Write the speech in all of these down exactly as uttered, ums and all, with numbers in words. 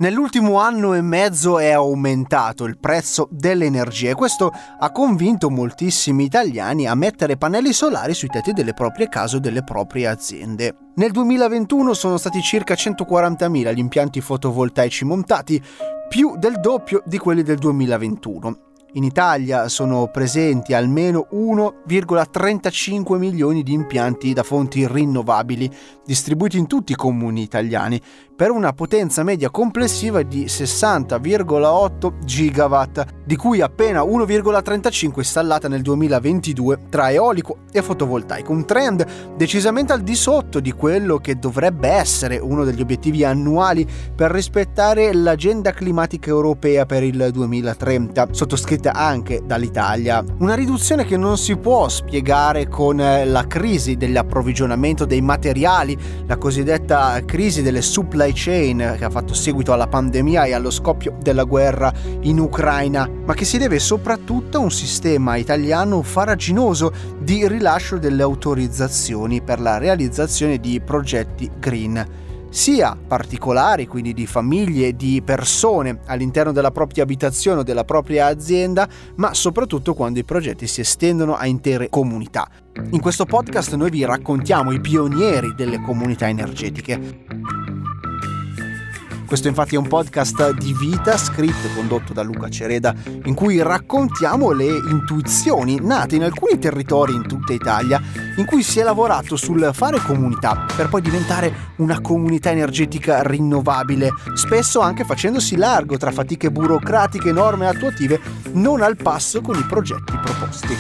Nell'ultimo anno e mezzo è aumentato il prezzo dell'energia e questo ha convinto moltissimi italiani a mettere pannelli solari sui tetti delle proprie case o delle proprie aziende. Nel duemilaventuno sono stati circa centoquarantamila gli impianti fotovoltaici montati, più del doppio di quelli del duemilaventuno. In Italia sono presenti almeno uno virgola trentacinque milioni di impianti da fonti rinnovabili, distribuiti in tutti i comuni italiani, per una potenza media complessiva di sessanta virgola otto gigawatt, di cui appena uno virgola trentacinque installata nel duemilaventidue tra eolico e fotovoltaico, un trend decisamente al di sotto di quello che dovrebbe essere uno degli obiettivi annuali per rispettare l'agenda climatica europea per il duemilatrenta, sottoscritta anche dall'Italia. Una riduzione che non si può spiegare con la crisi dell'approvvigionamento dei materiali, la cosiddetta crisi delle supply chain che ha fatto seguito alla pandemia e allo scoppio della guerra in Ucraina, ma che si deve soprattutto a un sistema italiano farraginoso di rilascio delle autorizzazioni per la realizzazione di progetti green, sia particolari, quindi di famiglie e di persone all'interno della propria abitazione o della propria azienda, ma soprattutto quando i progetti si estendono a intere comunità. In questo podcast noi vi raccontiamo i pionieri delle comunità energetiche. Questo infatti è un podcast di vita scritto e condotto da Luca Cereda, in cui raccontiamo le intuizioni nate in alcuni territori in tutta Italia, in cui si è lavorato sul fare comunità per poi diventare una comunità energetica rinnovabile, spesso anche facendosi largo tra fatiche burocratiche e norme attuative non al passo con i progetti proposti.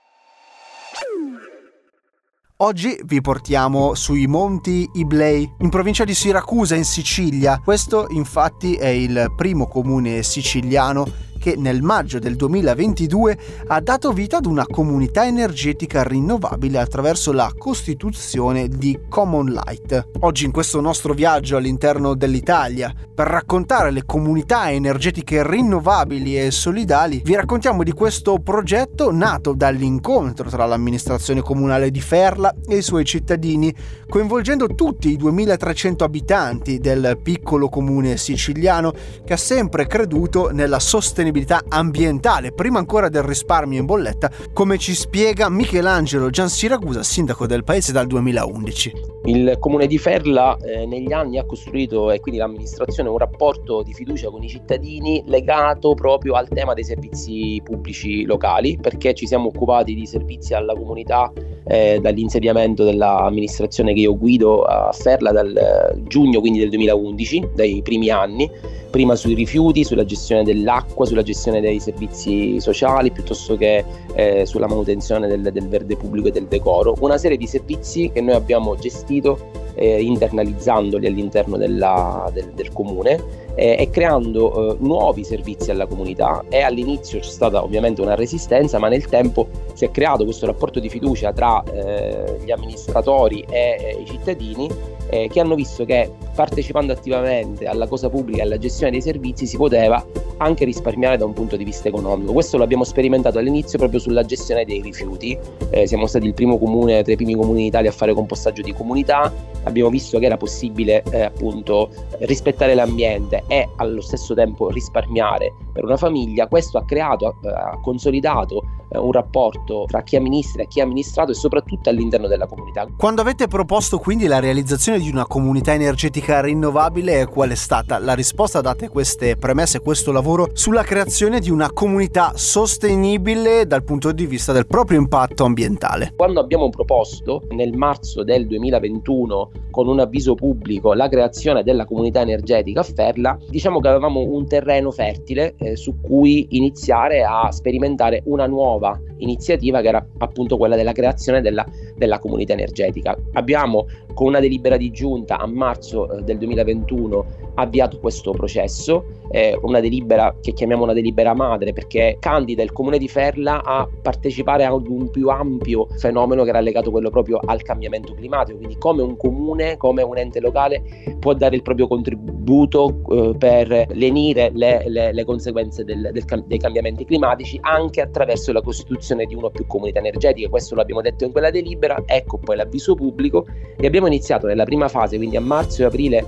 Oggi vi portiamo sui Monti Iblei, in provincia di Siracusa, in Sicilia. Questo infatti è il primo comune siciliano che nel maggio del duemilaventidue ha dato vita ad una comunità energetica rinnovabile attraverso la costituzione di Common Light. Oggi in questo nostro viaggio all'interno dell'Italia, per raccontare le comunità energetiche rinnovabili e solidali, vi raccontiamo di questo progetto nato dall'incontro tra l'amministrazione comunale di Ferla e i suoi cittadini, coinvolgendo tutti i duemilatrecento abitanti del piccolo comune siciliano che ha sempre creduto nella sostenibilità ambientale, prima ancora del risparmio in bolletta, come ci spiega Michelangelo Giansiracusa, sindaco del paese dal duemilaundici. Il comune di Ferla eh, negli anni ha costruito, e quindi l'amministrazione, un rapporto di fiducia con i cittadini legato proprio al tema dei servizi pubblici locali, perché ci siamo occupati di servizi alla comunità eh, dall'insediamento dell'amministrazione che io guido a Ferla dal eh, giugno quindi del duemilaundici, dai primi anni, prima sui rifiuti, sulla gestione dell'acqua, sulla gestione dei servizi sociali, piuttosto che eh, sulla manutenzione del, del verde pubblico e del decoro. Una serie di servizi che noi abbiamo gestito eh, internalizzandoli all'interno della, del, del comune eh, e creando eh, nuovi servizi alla comunità. E all'inizio c'è stata ovviamente una resistenza, ma nel tempo si è creato questo rapporto di fiducia tra eh, gli amministratori e eh, i cittadini, eh, che hanno visto che partecipando attivamente alla cosa pubblica e alla gestione dei servizi si poteva anche risparmiare da un punto di vista economico. Questo lo abbiamo sperimentato all'inizio proprio sulla gestione dei rifiuti. Eh, siamo stati il primo comune, tra i primi comuni in Italia a fare compostaggio di comunità. Abbiamo visto che era possibile eh, appunto rispettare l'ambiente e allo stesso tempo risparmiare per una famiglia. Questo ha creato, ha consolidato eh, un rapporto tra chi amministra e chi ha amministrato e soprattutto all'interno della comunità. Quando avete proposto quindi la realizzazione di una comunità energetica rinnovabile, qual è stata la risposta date queste premesse, questo lavoro sulla creazione di una comunità sostenibile dal punto di vista del proprio impatto ambientale? Quando abbiamo proposto nel marzo del duemilaventuno con un avviso pubblico la creazione della comunità energetica a Ferla, diciamo che avevamo un terreno fertile eh, su cui iniziare a sperimentare una nuova iniziativa che era appunto quella della creazione della, della comunità energetica. Abbiamo con una delibera di giunta a marzo eh, del duemilaventuno avviato questo processo, eh, una delibera che chiamiamo una delibera madre perché candida il comune di Ferla a partecipare ad un più ampio fenomeno che era legato quello proprio al cambiamento climatico, quindi come un comune, come un ente locale può dare il proprio contributo eh, per lenire le, le, le conseguenze del, del, dei cambiamenti climatici anche attraverso la costituzione di uno o più comunità energetiche. Questo l'abbiamo detto in quella delibera. Ecco poi l'avviso pubblico e abbiamo iniziato nella prima fase, quindi a marzo e aprile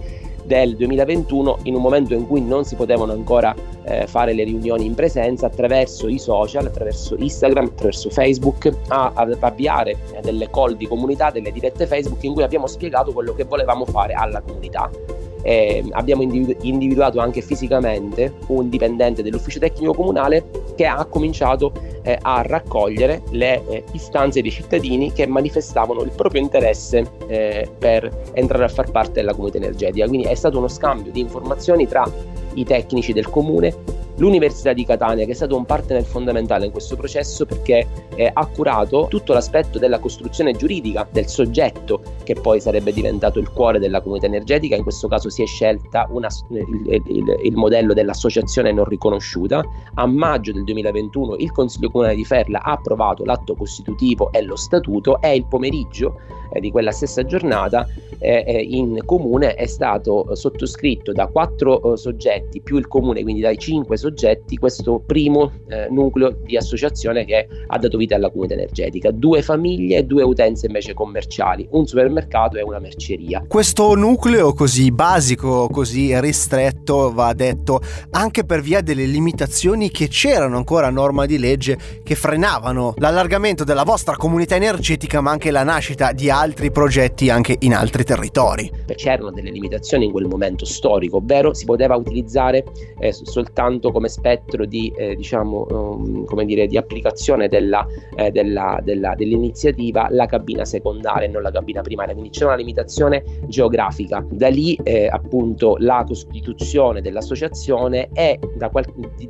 del duemilaventuno, in un momento in cui non si potevano ancora eh, fare le riunioni in presenza, attraverso i social, attraverso Instagram, attraverso Facebook, a, a avviare delle call di comunità, delle dirette Facebook in cui abbiamo spiegato quello che volevamo fare alla comunità. Eh, abbiamo individu- individuato anche fisicamente un dipendente dell'ufficio tecnico comunale che ha cominciato eh, a raccogliere le eh, istanze dei cittadini che manifestavano il proprio interesse eh, per entrare a far parte della comunità energetica. Quindi è stato uno scambio di informazioni tra i tecnici del comune, l'Università di Catania, che è stato un partner fondamentale in questo processo, perché eh, ha curato tutto l'aspetto della costruzione giuridica del soggetto che poi sarebbe diventato il cuore della comunità energetica. In questo caso si è scelta una, il, il, il modello dell'associazione non riconosciuta. A maggio del duemilaventuno il Consiglio Comunale di Ferla ha approvato l'atto costitutivo e lo statuto, e il pomeriggio eh, di quella stessa giornata eh, eh, in comune è stato eh, sottoscritto da quattro eh, soggetti più il comune, quindi dai cinque soggetti, questo primo eh, nucleo di associazione che ha dato vita alla comunità energetica. Due famiglie e due utenze invece commerciali, un supermercato e una merceria. Questo nucleo così basico, così ristretto, va detto, anche per via delle limitazioni che c'erano ancora a norma di legge, che frenavano l'allargamento della vostra comunità energetica, ma anche la nascita di altri progetti anche in altri territori. C'erano delle limitazioni in quel momento storico, ovvero si poteva utilizzare eh, soltanto come spettro di eh, diciamo um, come dire di applicazione della, eh, della, della, dell'iniziativa la cabina secondaria e non la cabina primaria, quindi c'è una limitazione geografica. Da lì eh, appunto la costituzione dell'associazione e da qual-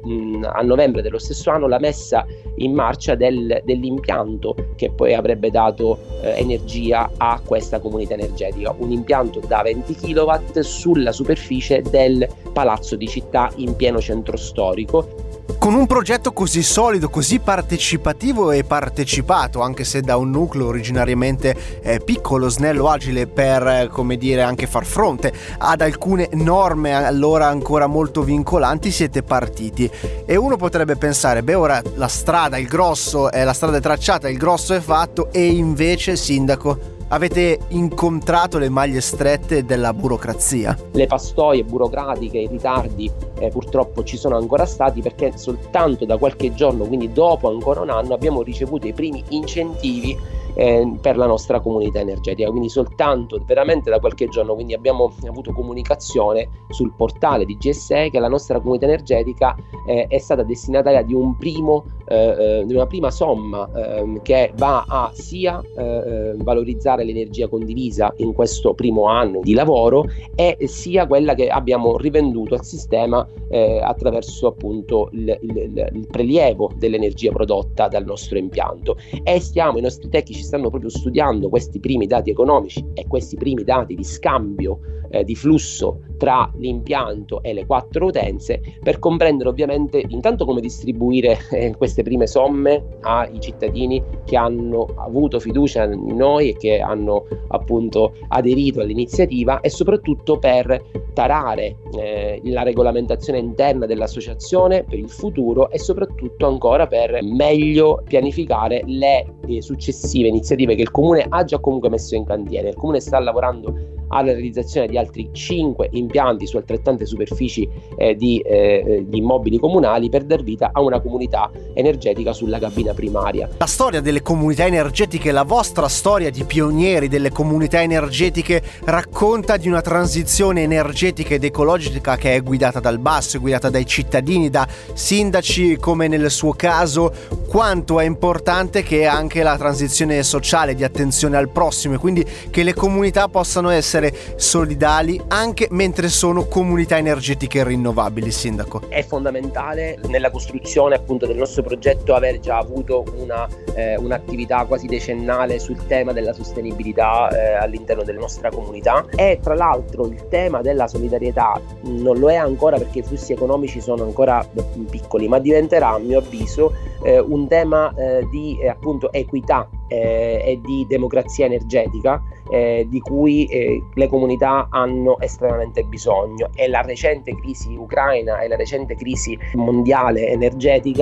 a novembre dello stesso anno la messa in marcia del, dell'impianto che poi avrebbe dato eh, energia a questa comunità energetica, un impianto da venti chilowatt sulla superficie del Palazzo di Città in pieno centro storico. Con un progetto così solido, così partecipativo e partecipato, anche se da un nucleo originariamente eh, piccolo, snello, agile, per eh, come dire anche far fronte ad alcune norme allora ancora molto vincolanti, siete partiti. E uno potrebbe pensare, beh, ora la strada, il grosso, eh, la strada è tracciata, il grosso è fatto, e invece, sindaco, avete incontrato le maglie strette della burocrazia. Le pastoie burocratiche, i ritardi eh, purtroppo ci sono ancora stati, perché soltanto da qualche giorno, quindi dopo ancora un anno, abbiamo ricevuto i primi incentivi eh, per la nostra comunità energetica, quindi soltanto veramente da qualche giorno. Quindi abbiamo avuto comunicazione sul portale di G S E che la nostra comunità energetica eh, è stata destinataria di un primo eh, di una prima somma eh, che va a sia eh, valorizzare l'energia condivisa in questo primo anno di lavoro, e sia quella che abbiamo rivenduto al sistema eh, attraverso appunto il, il, il prelievo dell'energia prodotta dal nostro impianto. E stiamo, i nostri tecnici stanno proprio studiando questi primi dati economici e questi primi dati di scambio eh, di flusso tra l'impianto e le quattro utenze, per comprendere ovviamente intanto come distribuire eh, queste prime somme ai cittadini che hanno avuto fiducia in noi e che hanno appunto aderito all'iniziativa, e soprattutto per tarare eh, la regolamentazione interna dell'associazione per il futuro, e soprattutto ancora per meglio pianificare le eh, successive iniziative che il Comune ha già comunque messo in cantiere. Il Comune sta lavorando alla realizzazione di altri cinque impianti su altrettante superfici eh, di, eh, di immobili comunali, per dar vita a una comunità energetica sulla cabina primaria. La storia delle comunità energetiche, la vostra storia di pionieri delle comunità energetiche, racconta di una transizione energetica ed ecologica che è guidata dal basso, è guidata dai cittadini, da sindaci come nel suo caso. Quanto è importante che anche la transizione sociale, di attenzione al prossimo, e quindi che le comunità possano essere solidali anche mentre sono comunità energetiche rinnovabili, sindaco. È fondamentale nella costruzione appunto del nostro progetto aver già avuto una, eh, un'attività quasi decennale sul tema della sostenibilità eh, all'interno della nostra comunità, e tra l'altro il tema della solidarietà non lo è ancora, perché i flussi economici sono ancora piccoli, ma diventerà, a mio avviso, eh, un tema eh, di eh, appunto equità eh, e di democrazia energetica, Eh, di cui eh, le comunità hanno estremamente bisogno. E la recente crisi ucraina e la recente crisi mondiale energetica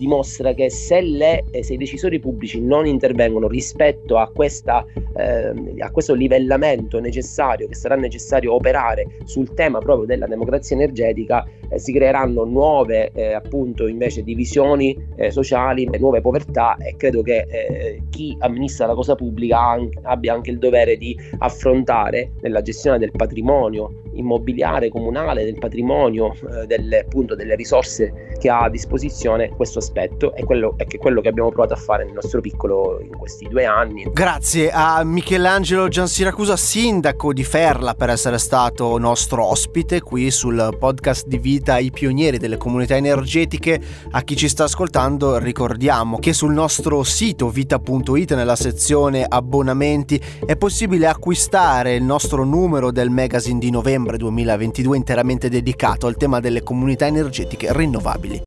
dimostra che se, le, se i decisori pubblici non intervengono rispetto a, questa, eh, a questo livellamento necessario che sarà necessario operare sul tema proprio della democrazia energetica, eh, si creeranno nuove eh, appunto invece divisioni eh, sociali, nuove povertà, e credo che eh, chi amministra la cosa pubblica anche, abbia anche il dovere di affrontare nella gestione del patrimonio immobiliare comunale, del patrimonio eh, delle, appunto, delle risorse che ha a disposizione questo aspetto, e quello è che quello che abbiamo provato a fare nel nostro piccolo in questi due anni. Grazie a Michelangelo Giansiracusa, sindaco di Ferla, per essere stato nostro ospite qui sul podcast di Vita, i pionieri delle comunità energetiche. A chi ci sta ascoltando ricordiamo che sul nostro sito vita punto it, nella sezione abbonamenti, è possibile acquistare il nostro numero del magazine di novembre duemilaventidue interamente dedicato al tema delle comunità energetiche rinnovabili.